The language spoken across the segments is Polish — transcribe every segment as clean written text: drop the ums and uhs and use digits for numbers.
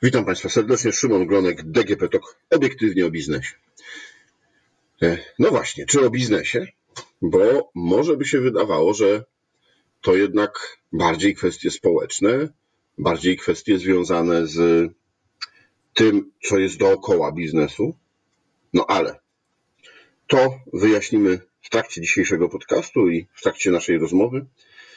Witam Państwa serdecznie, Szymon Glonek, DGP Talk, obiektywnie o biznesie. No właśnie, czy o biznesie? Bo może by się wydawało, że to jednak bardziej kwestie społeczne, bardziej kwestie związane z tym, co jest dookoła biznesu. No ale to wyjaśnimy w trakcie dzisiejszego podcastu i w trakcie naszej rozmowy,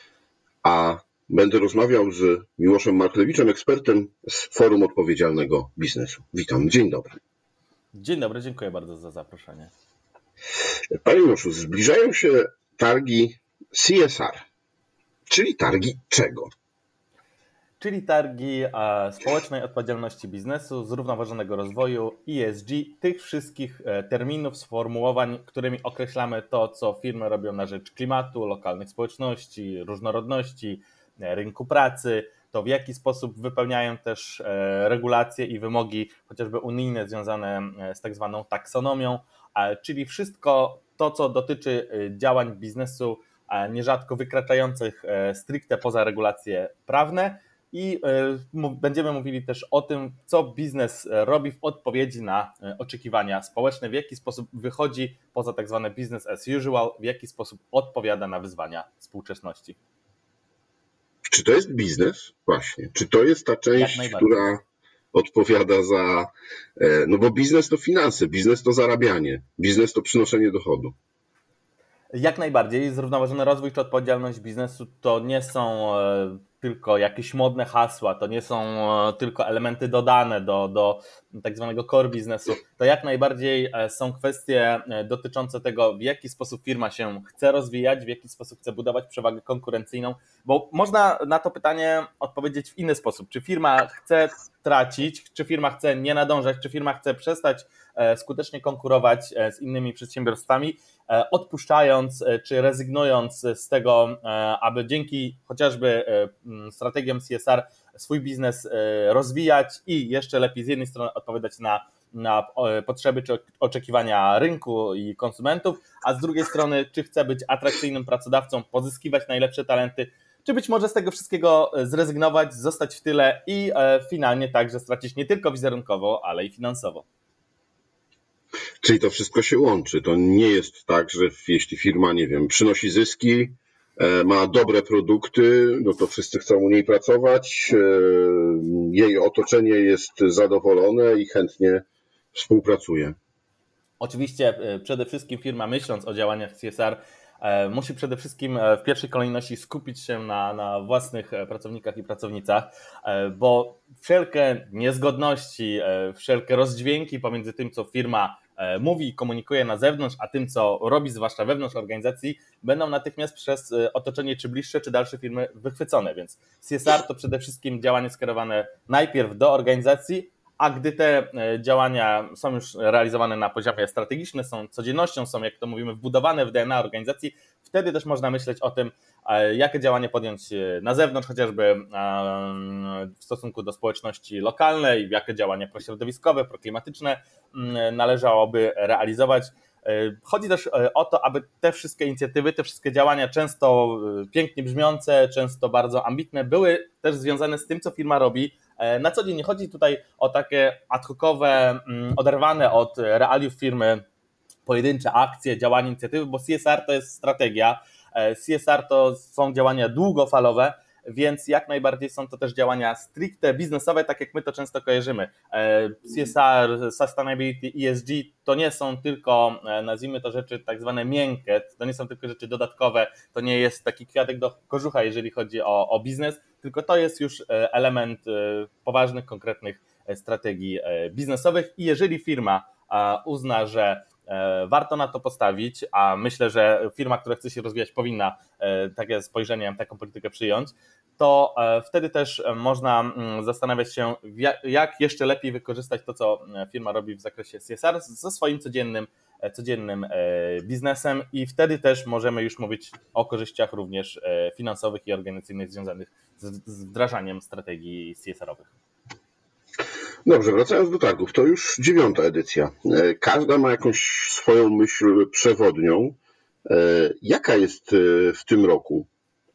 a będę rozmawiał z Miłoszem Marchlewiczem, ekspertem z Forum Odpowiedzialnego Biznesu. Witam, dzień dobry. Dzień dobry, dziękuję bardzo za zaproszenie. Panie Miłoszu, zbliżają się targi CSR, czyli targi czego? Czyli targi społecznej odpowiedzialności biznesu, zrównoważonego rozwoju, ESG, tych wszystkich terminów, sformułowań, którymi określamy to, co firmy robią na rzecz klimatu, lokalnych społeczności, różnorodności, rynku pracy, to w jaki sposób wypełniają też regulacje i wymogi chociażby unijne związane z tak zwaną taksonomią, czyli wszystko to, co dotyczy działań biznesu nierzadko wykraczających stricte poza regulacje prawne. I będziemy mówili też o tym, co biznes robi w odpowiedzi na oczekiwania społeczne, w jaki sposób wychodzi poza tak zwane business as usual, w jaki sposób odpowiada na wyzwania współczesności. Czy to jest biznes? Właśnie. Czy to jest ta część, która odpowiada za... No bo biznes to finanse, biznes to zarabianie, biznes to przynoszenie dochodu. Jak najbardziej. Zrównoważony rozwój czy odpowiedzialność biznesu to nie są tylko jakieś modne hasła, to nie są tylko elementy dodane do tak zwanego core biznesu. To jak najbardziej są kwestie dotyczące tego, w jaki sposób firma się chce rozwijać, w jaki sposób chce budować przewagę konkurencyjną, bo można na to pytanie odpowiedzieć w inny sposób. Czy firma chce tracić, czy firma chce nie nadążać, czy firma chce przestać skutecznie konkurować z innymi przedsiębiorstwami, odpuszczając czy rezygnując z tego, aby dzięki chociażby strategiom CSR swój biznes rozwijać i jeszcze lepiej z jednej strony odpowiadać na potrzeby czy oczekiwania rynku i konsumentów, a z drugiej strony czy chce być atrakcyjnym pracodawcą, pozyskiwać najlepsze talenty, czy być może z tego wszystkiego zrezygnować, zostać w tyle i finalnie także stracić nie tylko wizerunkowo, ale i finansowo. Czyli to wszystko się łączy. To nie jest tak, że jeśli firma, nie wiem, przynosi zyski, ma dobre produkty, no to wszyscy chcą u niej pracować, jej otoczenie jest zadowolone i chętnie współpracuje. Oczywiście przede wszystkim firma, myśląc o działaniach CSR, musi przede wszystkim w pierwszej kolejności skupić się na własnych pracownikach i pracownicach, bo wszelkie niezgodności, wszelkie rozdźwięki pomiędzy tym, co firma mówi i komunikuje na zewnątrz, a tym, co robi zwłaszcza wewnątrz organizacji, będą natychmiast przez otoczenie czy bliższe, czy dalsze firmy wychwycone. Więc CSR to przede wszystkim działanie skierowane najpierw do organizacji, a gdy te działania są już realizowane na poziomie strategicznym, są codziennością, są, jak to mówimy, wbudowane w DNA organizacji, wtedy też można myśleć o tym, jakie działanie podjąć na zewnątrz, chociażby w stosunku do społeczności lokalnej, jakie działania prośrodowiskowe, proklimatyczne należałoby realizować. Chodzi też o to, aby te wszystkie inicjatywy, te wszystkie działania, często pięknie brzmiące, często bardzo ambitne, były też związane z tym, co firma robi na co dzień. Nie chodzi tutaj o takie ad hocowe, oderwane od realiów firmy pojedyncze akcje, działania, inicjatywy, bo CSR to jest strategia, CSR to są działania długofalowe, więc jak najbardziej są to też działania stricte biznesowe, tak jak my to często kojarzymy. CSR, Sustainability, ESG to nie są tylko, nazwijmy to, rzeczy tak zwane miękkie, to nie są tylko rzeczy dodatkowe, to nie jest taki kwiatek do kożucha, jeżeli chodzi o biznes, tylko to jest już element poważnych, konkretnych strategii biznesowych i jeżeli firma uzna, że warto na to postawić, a myślę, że firma, która chce się rozwijać, powinna takie spojrzenie, taką politykę przyjąć, to wtedy też można zastanawiać się, jak jeszcze lepiej wykorzystać to, co firma robi w zakresie CSR ze swoim codziennym biznesem i wtedy też możemy już mówić o korzyściach również finansowych i organizacyjnych związanych z wdrażaniem strategii CSR-owych. Dobrze, wracając do targów, to już 9. edycja. Każda ma jakąś swoją myśl przewodnią. Jaka jest w tym roku?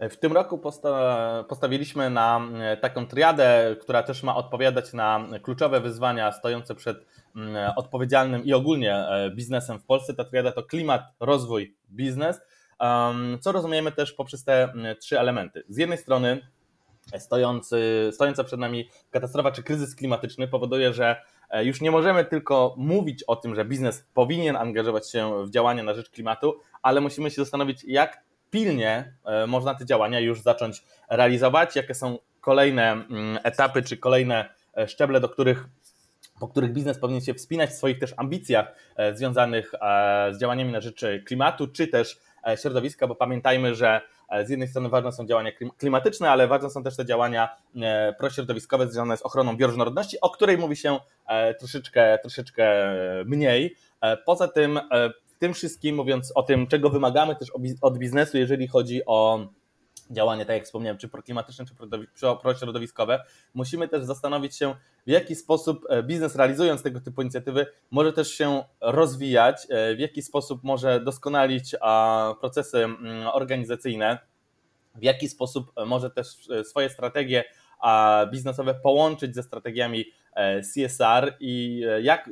W tym roku postawiliśmy na taką triadę, która też ma odpowiadać na kluczowe wyzwania stojące przed odpowiedzialnym i ogólnie biznesem w Polsce. Ta triada to klimat, rozwój, biznes, co rozumiemy też poprzez te 3 elementy. Z jednej strony stojąca przed nami katastrofa czy kryzys klimatyczny powoduje, że już nie możemy tylko mówić o tym, że biznes powinien angażować się w działania na rzecz klimatu, ale musimy się zastanowić, jak pilnie można te działania już zacząć realizować, jakie są kolejne etapy czy kolejne szczeble, po których biznes powinien się wspinać w swoich też ambicjach związanych z działaniami na rzecz klimatu, czy też środowiska, bo pamiętajmy, że z jednej strony ważne są działania klimatyczne, ale ważne są też te działania prośrodowiskowe związane z ochroną bioróżnorodności, o której mówi się troszeczkę mniej. Poza tym, w tym wszystkim, mówiąc o tym, czego wymagamy też od biznesu, jeżeli chodzi o działania, tak jak wspomniałem, czy proklimatyczne, czy prośrodowiskowe, musimy też zastanowić się, w jaki sposób biznes, realizując tego typu inicjatywy, może też się rozwijać, w jaki sposób może doskonalić procesy organizacyjne, w jaki sposób może też swoje strategie biznesowe połączyć ze strategiami CSR i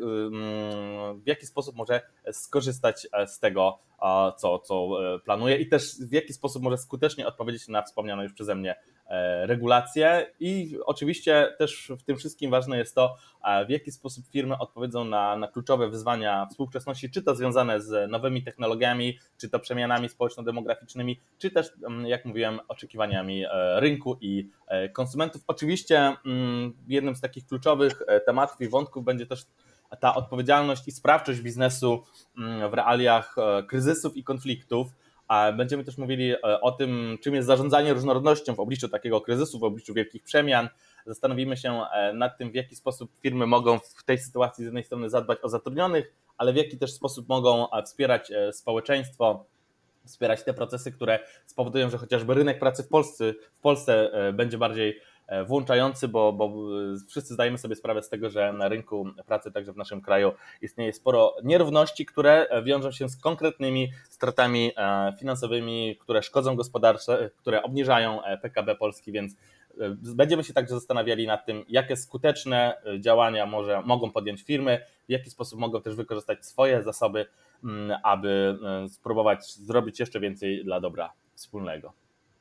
w jaki sposób może skorzystać z tego, co planuje, i też w jaki sposób może skutecznie odpowiedzieć na wspomniane już przeze mnie regulacje. I oczywiście też w tym wszystkim ważne jest to, w jaki sposób firmy odpowiedzą na kluczowe wyzwania współczesności, czy to związane z nowymi technologiami, czy to przemianami społeczno-demograficznymi, czy też, jak mówiłem, oczekiwaniami rynku i konsumentów. Oczywiście jednym z takich kluczowych tematów i wątków będzie też ta odpowiedzialność i sprawczość biznesu w realiach kryzysów i konfliktów. Będziemy też mówili o tym, czym jest zarządzanie różnorodnością w obliczu takiego kryzysu, w obliczu wielkich przemian. Zastanowimy się nad tym, w jaki sposób firmy mogą w tej sytuacji z jednej strony zadbać o zatrudnionych, ale w jaki też sposób mogą wspierać społeczeństwo, wspierać te procesy, które spowodują, że chociażby rynek pracy w Polsce będzie bardziej włączający, bo wszyscy zdajemy sobie sprawę z tego, że na rynku pracy także w naszym kraju istnieje sporo nierówności, które wiążą się z konkretnymi stratami finansowymi, które szkodzą gospodarce, które obniżają PKB Polski, więc będziemy się także zastanawiali nad tym, jakie skuteczne działania mogą podjąć firmy, w jaki sposób mogą też wykorzystać swoje zasoby, aby spróbować zrobić jeszcze więcej dla dobra wspólnego.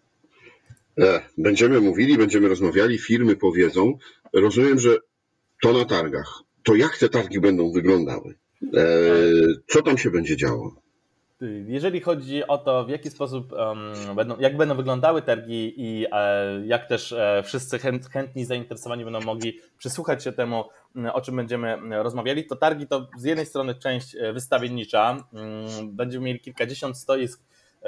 Będziemy mówili, będziemy rozmawiali, firmy powiedzą. Rozumiem, że to na targach. To jak te targi będą wyglądały? Co tam się będzie działo? Jeżeli chodzi o to, w jaki sposób jak będą wyglądały targi i jak też wszyscy chętni, zainteresowani będą mogli przysłuchać się temu, o czym będziemy rozmawiali, to targi to z jednej strony część wystawiennicza. Będziemy mieli kilkadziesiąt stoisk,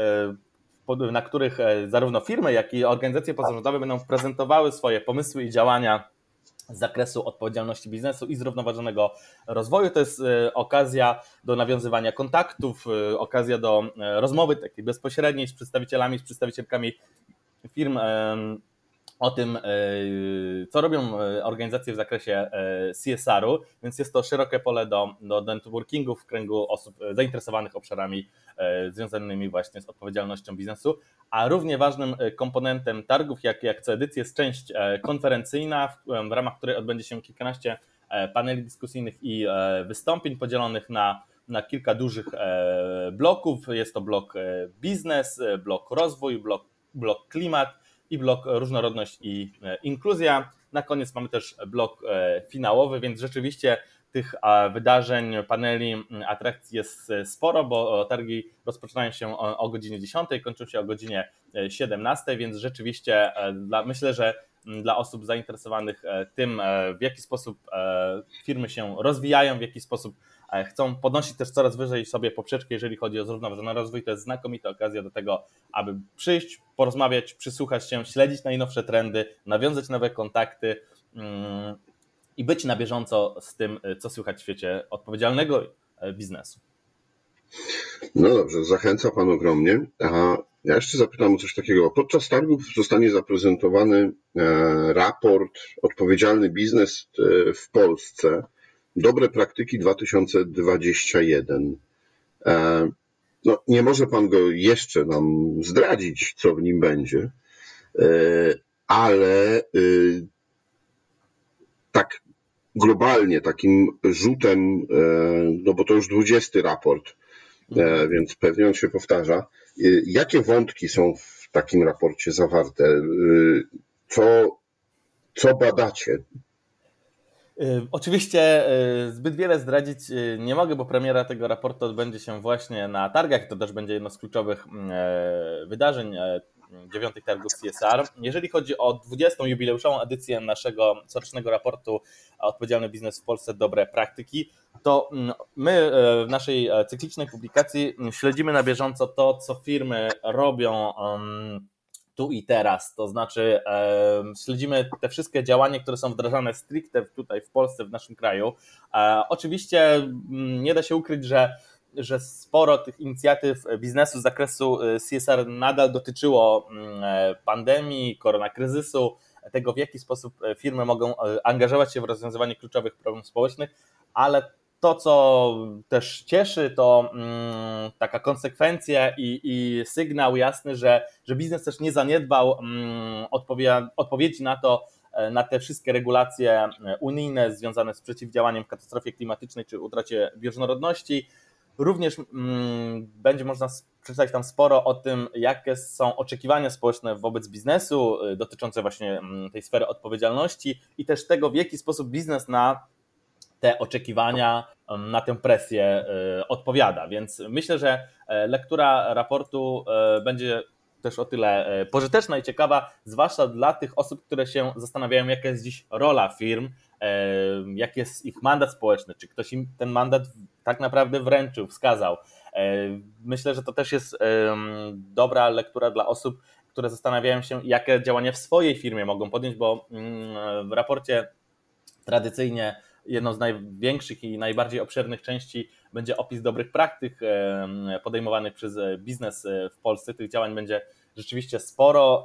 na których zarówno firmy, jak i organizacje pozarządowe będą prezentowały swoje pomysły i działania z zakresu odpowiedzialności biznesu i zrównoważonego rozwoju. To jest okazja do nawiązywania kontaktów, okazja do rozmowy takiej bezpośredniej z przedstawicielami, z przedstawicielkami firm o tym, co robią organizacje w zakresie CSR-u, więc jest to szerokie pole do networkingu w kręgu osób zainteresowanych obszarami związanymi właśnie z odpowiedzialnością biznesu, a równie ważnym komponentem targów, jak co edycję, jest część konferencyjna, w ramach której odbędzie się kilkanaście paneli dyskusyjnych i wystąpień podzielonych na kilka dużych bloków. Jest to blok biznes, blok rozwój, blok klimat i blok różnorodność i inkluzja. Na koniec mamy też blok finałowy, więc rzeczywiście tych wydarzeń, paneli, atrakcji jest sporo, bo targi rozpoczynają się o godzinie 10, kończą się o godzinie 17, więc rzeczywiście myślę, że dla osób zainteresowanych tym, w jaki sposób firmy się rozwijają, w jaki sposób chcą podnosić też coraz wyżej sobie poprzeczkę, jeżeli chodzi o zrównoważony rozwój, to jest znakomita okazja do tego, aby przyjść, porozmawiać, przysłuchać się, śledzić najnowsze trendy, nawiązać nowe kontakty i być na bieżąco z tym, co słychać w świecie odpowiedzialnego biznesu. No dobrze, zachęca Pan ogromnie. A ja jeszcze zapytam o coś takiego. Podczas targów zostanie zaprezentowany raport Odpowiedzialny biznes w Polsce. Dobre praktyki 2021. No, nie może Pan go jeszcze nam zdradzić, co w nim będzie, ale tak globalnie takim rzutem, no bo to już 20 raport, więc pewnie on się powtarza. Jakie wątki są w takim raporcie zawarte? Co badacie? Oczywiście zbyt wiele zdradzić nie mogę, bo premiera tego raportu odbędzie się właśnie na targach. To też będzie jedno z kluczowych wydarzeń 9 targów CSR. Jeżeli chodzi o 20. jubileuszową edycję naszego corocznego raportu Odpowiedzialny biznes w Polsce, dobre praktyki, to my w naszej cyklicznej publikacji śledzimy na bieżąco to, co firmy robią tu i teraz, to znaczy śledzimy te wszystkie działania, które są wdrażane stricte tutaj w Polsce, w naszym kraju. Oczywiście nie da się ukryć, że sporo tych inicjatyw biznesu z zakresu CSR nadal dotyczyło pandemii, koronakryzysu, tego w jaki sposób firmy mogą angażować się w rozwiązywanie kluczowych problemów społecznych, ale to, co też cieszy, to taka konsekwencja i sygnał jasny, że biznes też nie zaniedbał odpowiedzi na te wszystkie regulacje unijne związane z przeciwdziałaniem katastrofie klimatycznej czy utracie bioróżnorodności. Również będzie można przeczytać tam sporo o tym, jakie są oczekiwania społeczne wobec biznesu dotyczące właśnie tej sfery odpowiedzialności i też tego, w jaki sposób biznes na te oczekiwania, na tę presję odpowiada. Więc myślę, że lektura raportu będzie też o tyle pożyteczna i ciekawa, zwłaszcza dla tych osób, które się zastanawiają, jaka jest dziś rola firm, jaki jest ich mandat społeczny, czy ktoś im ten mandat tak naprawdę wręczył, wskazał. Myślę, że to też jest dobra lektura dla osób, które zastanawiają się, jakie działania w swojej firmie mogą podjąć, bo w raporcie tradycyjnie jedną z największych i najbardziej obszernych części będzie opis dobrych praktyk podejmowanych przez biznes w Polsce. Tych działań będzie rzeczywiście sporo,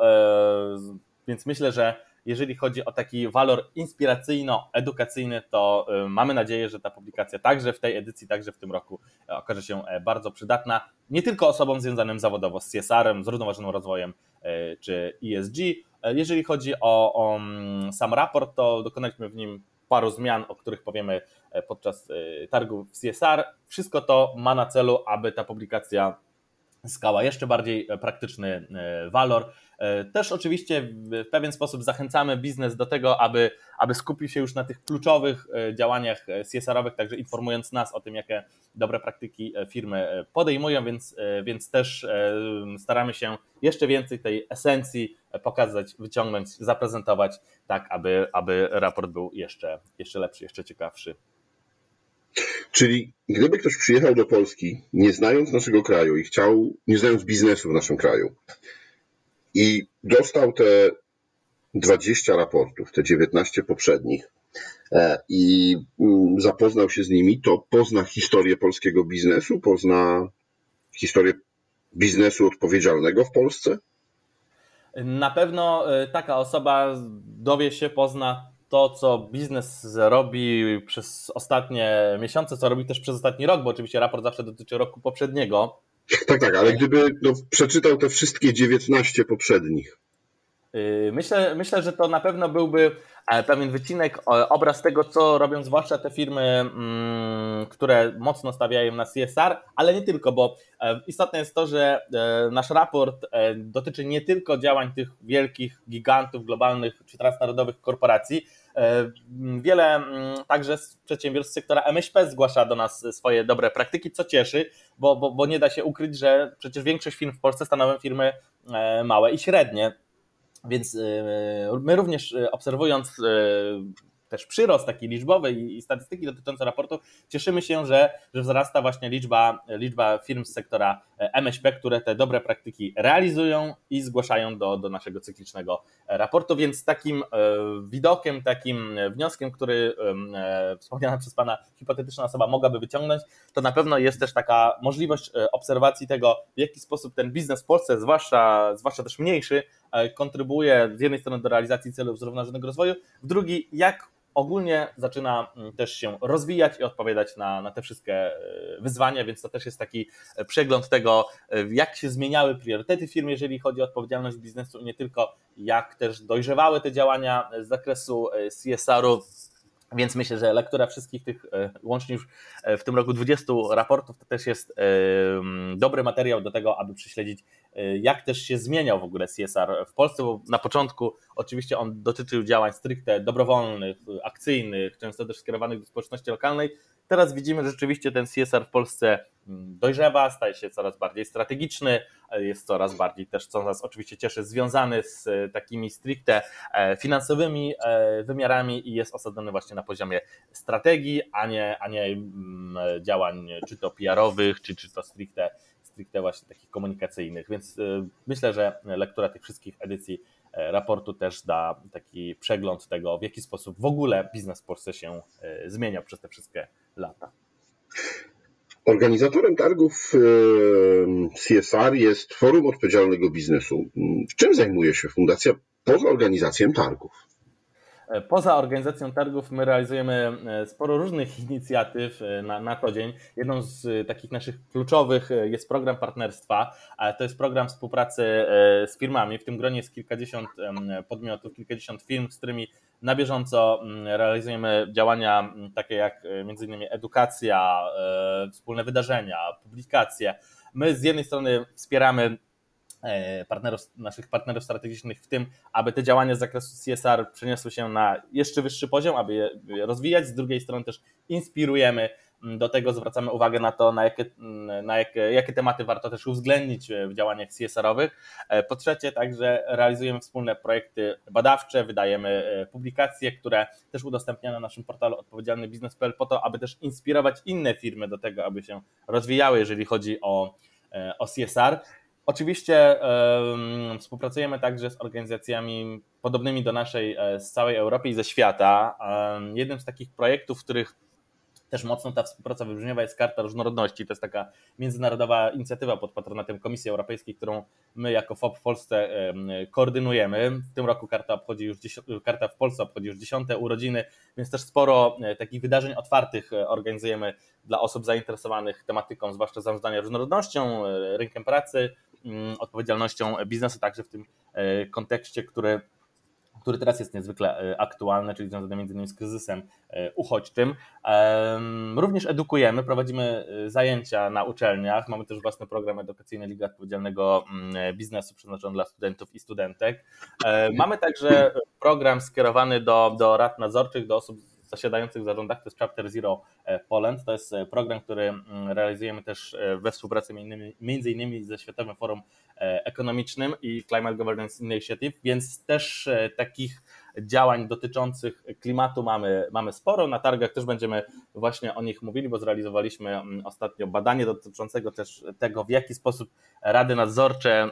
więc myślę, że jeżeli chodzi o taki walor inspiracyjno-edukacyjny, to mamy nadzieję, że ta publikacja także w tej edycji, także w tym roku okaże się bardzo przydatna, nie tylko osobom związanym zawodowo z CSR-em, z zrównoważonym rozwojem czy ESG. Jeżeli chodzi o sam raport, to dokonaliśmy w nim paru zmian, o których powiemy podczas targów CSR. Wszystko to ma na celu, aby ta publikacja zyskała jeszcze bardziej praktyczny walor. Też oczywiście w pewien sposób zachęcamy biznes do tego, aby skupił się już na tych kluczowych działaniach CSR-owych, także informując nas o tym, jakie dobre praktyki firmy podejmują, więc też staramy się jeszcze więcej tej esencji pokazać, wyciągnąć, zaprezentować, tak aby raport był jeszcze lepszy, jeszcze ciekawszy. Czyli gdyby ktoś przyjechał do Polski, nie znając naszego kraju i nie znając biznesu w naszym kraju i dostał te 20 raportów, te 19 poprzednich i zapoznał się z nimi, to pozna historię polskiego biznesu, pozna historię biznesu odpowiedzialnego w Polsce? Na pewno taka osoba dowie się, pozna to, co biznes robi przez ostatnie miesiące, co robi też przez ostatni rok, bo oczywiście raport zawsze dotyczy roku poprzedniego. Tak, ale gdyby przeczytał te wszystkie 19 poprzednich. Myślę, że to na pewno byłby pewien wycinek, obraz tego, co robią zwłaszcza te firmy, które mocno stawiają na CSR, ale nie tylko, bo istotne jest to, że nasz raport dotyczy nie tylko działań tych wielkich gigantów globalnych czy transnarodowych korporacji. Wiele także przedsiębiorstw sektora MŚP zgłasza do nas swoje dobre praktyki, co cieszy, bo nie da się ukryć, że przecież większość firm w Polsce stanowią firmy małe i średnie. Więc my również obserwując też przyrost taki liczbowy i statystyki dotyczące raportu, cieszymy się, że wzrasta właśnie liczba firm z sektora MŚP, które te dobre praktyki realizują i zgłaszają do naszego cyklicznego raportu, więc takim widokiem, takim wnioskiem, który wspomniana przez Pana hipotetyczna osoba mogłaby wyciągnąć, to na pewno jest też taka możliwość obserwacji tego, w jaki sposób ten biznes w Polsce, zwłaszcza też mniejszy, kontrybuuje z jednej strony do realizacji celów zrównoważonego rozwoju, w drugiej jak ogólnie zaczyna też się rozwijać i odpowiadać na te wszystkie wyzwania, więc to też jest taki przegląd tego, jak się zmieniały priorytety firmy, jeżeli chodzi o odpowiedzialność biznesu i nie tylko, jak też dojrzewały te działania z zakresu CSR-u. Więc myślę, że lektura wszystkich tych, łącznie już w tym roku 20 raportów, to też jest dobry materiał do tego, aby prześledzić, jak też się zmieniał w ogóle CSR w Polsce, bo na początku oczywiście on dotyczył działań stricte dobrowolnych, akcyjnych, często też skierowanych do społeczności lokalnej. Teraz widzimy, że rzeczywiście ten CSR w Polsce dojrzewa, staje się coraz bardziej strategiczny, jest coraz bardziej też, co nas oczywiście cieszy, związany z takimi stricte finansowymi wymiarami i jest osadzony właśnie na poziomie strategii, a nie działań czy to PR-owych, czy to stricte właśnie takich komunikacyjnych, więc myślę, że lektura tych wszystkich edycji raportu też da taki przegląd tego, w jaki sposób w ogóle biznes w Polsce się zmieniał przez te wszystkie lata. Organizatorem targów CSR jest Forum Odpowiedzialnego Biznesu. Czym zajmuje się fundacja poza organizacją targów? Poza organizacją targów my realizujemy sporo różnych inicjatyw na co dzień. Jedną z takich naszych kluczowych jest program partnerstwa. To jest program współpracy z firmami. W tym gronie jest kilkadziesiąt podmiotów, kilkadziesiąt firm, z którymi na bieżąco realizujemy działania takie jak m.in. edukacja, wspólne wydarzenia, publikacje. My z jednej strony wspieramy naszych partnerów strategicznych w tym, aby te działania z zakresu CSR przeniosły się na jeszcze wyższy poziom, aby je rozwijać. Z drugiej strony też inspirujemy do tego, zwracamy uwagę na to, jakie tematy warto też uwzględnić w działaniach CSR-owych. Po trzecie, także realizujemy wspólne projekty badawcze, wydajemy publikacje, które też udostępniamy na naszym portalu odpowiedzialnybiznes.pl po to, aby też inspirować inne firmy do tego, aby się rozwijały, jeżeli chodzi o CSR. Oczywiście współpracujemy także z organizacjami podobnymi do naszej z całej Europy i ze świata. Jednym z takich projektów, w których też mocno ta współpraca wybrzmiewa, jest Karta Różnorodności. To jest taka międzynarodowa inicjatywa pod patronatem Komisji Europejskiej, którą my jako FOP w Polsce koordynujemy. W tym roku Karta w Polsce obchodzi już 10. urodziny, więc też sporo takich wydarzeń otwartych organizujemy dla osób zainteresowanych tematyką, zwłaszcza zarządzania różnorodnością, rynkiem pracy, odpowiedzialnością biznesu, także w tym kontekście, który teraz jest niezwykle aktualny, czyli związany m.in. z kryzysem uchodźczym. Również edukujemy, prowadzimy zajęcia na uczelniach, mamy też własny program edukacyjny Liga Odpowiedzialnego Biznesu przeznaczony dla studentów i studentek. Mamy także program skierowany do rad nadzorczych, do osób zasiadających w zarządach, to jest Chapter Zero Poland. To jest program, który realizujemy też we współpracy między innymi ze Światowym Forum Ekonomicznym i Climate Governance Initiative, więc też takich działań dotyczących klimatu mamy sporo. Na targach też będziemy właśnie o nich mówili, bo zrealizowaliśmy ostatnio badanie dotyczącego też tego, w jaki sposób rady nadzorcze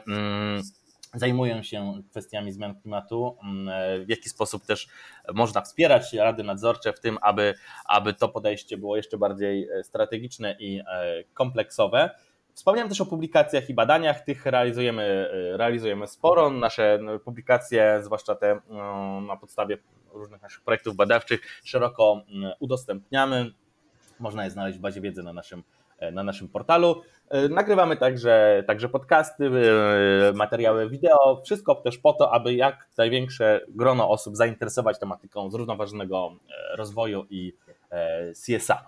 zajmują się kwestiami zmian klimatu, w jaki sposób też można wspierać rady nadzorcze w tym, aby to podejście było jeszcze bardziej strategiczne i kompleksowe. Wspomniałem też o publikacjach i badaniach, tych realizujemy sporo. Nasze publikacje, zwłaszcza te na podstawie różnych naszych projektów badawczych, szeroko udostępniamy. Można je znaleźć w bazie wiedzy na naszym portalu. Nagrywamy także podcasty, materiały wideo, wszystko też po to, aby jak największe grono osób zainteresować tematyką zrównoważonego rozwoju i CSR.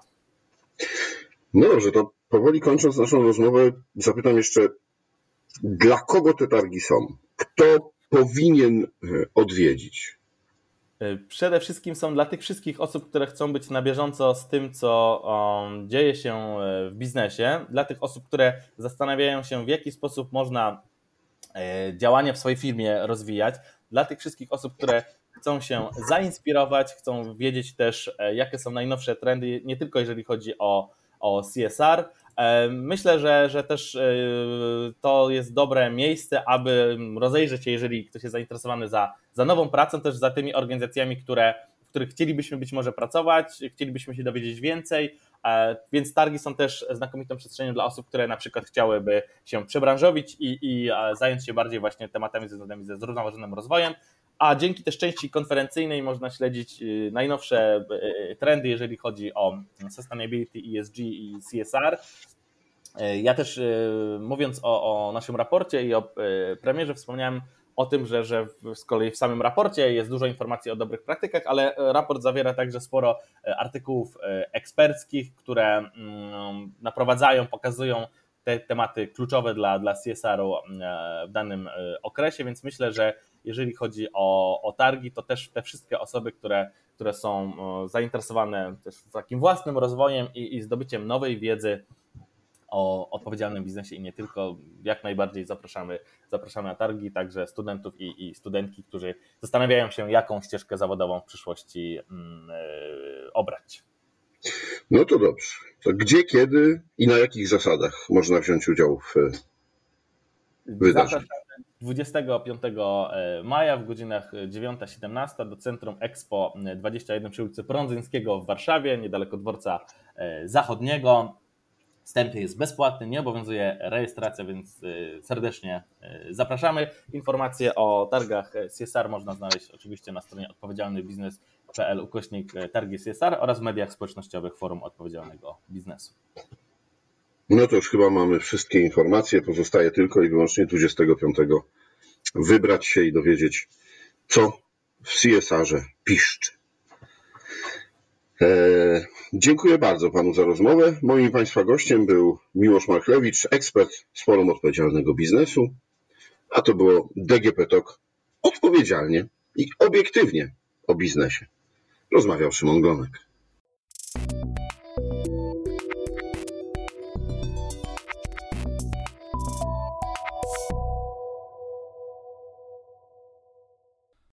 No dobrze, to powoli kończąc naszą rozmowę, zapytam jeszcze, dla kogo te targi są? Kto powinien odwiedzić? Przede wszystkim są dla tych wszystkich osób, które chcą być na bieżąco z tym, co dzieje się w biznesie, dla tych osób, które zastanawiają się, w jaki sposób można działania w swojej firmie rozwijać, dla tych wszystkich osób, które chcą się zainspirować, chcą wiedzieć też, jakie są najnowsze trendy, nie tylko jeżeli chodzi o CSR. Myślę, że też to jest dobre miejsce, aby rozejrzeć się, jeżeli ktoś jest zainteresowany za nową pracą, też za tymi organizacjami, w których chcielibyśmy być może pracować, chcielibyśmy się dowiedzieć więcej, więc targi są też znakomitą przestrzenią dla osób, które na przykład chciałyby się przebranżowić i zająć się bardziej właśnie tematami związanymi ze zrównoważonym rozwojem, a dzięki też części konferencyjnej można śledzić najnowsze trendy, jeżeli chodzi o sustainability, ESG i CSR. Ja też mówiąc o naszym raporcie i o premierze wspomniałem o tym, że z kolei w samym raporcie jest dużo informacji o dobrych praktykach, ale raport zawiera także sporo artykułów eksperckich, które naprowadzają, pokazują te tematy kluczowe dla CSR-u w danym okresie, więc myślę, że jeżeli chodzi o targi, to też te wszystkie osoby, które są zainteresowane też takim własnym rozwojem i zdobyciem nowej wiedzy o odpowiedzialnym biznesie i nie tylko, jak najbardziej zapraszamy na targi, także studentów i studentki, którzy zastanawiają się, jaką ścieżkę zawodową w przyszłości obrać. No to dobrze. To gdzie, kiedy i na jakich zasadach można wziąć udział w wydarzeniu? Zapraszamy 25 maja w godzinach 9-17 do Centrum Expo 21 przy ulicy Prądzyńskiego w Warszawie, niedaleko Dworca Zachodniego. Wstęp jest bezpłatny, nie obowiązuje rejestracja, więc serdecznie zapraszamy. Informacje o targach CSR można znaleźć oczywiście na stronie odpowiedzialnybiznes.pl/targi CSR oraz w mediach społecznościowych Forum Odpowiedzialnego Biznesu. No to już chyba mamy wszystkie informacje. Pozostaje tylko i wyłącznie 25 wybrać się i dowiedzieć, co w CSR-ze piszczy. Dziękuję bardzo panu za rozmowę. Moim państwa gościem był Miłosz Marchlewicz, ekspert z Forum Odpowiedzialnego Biznesu, a to było DGP Talk odpowiedzialnie i obiektywnie o biznesie. Rozmawiał Szymon Glonek.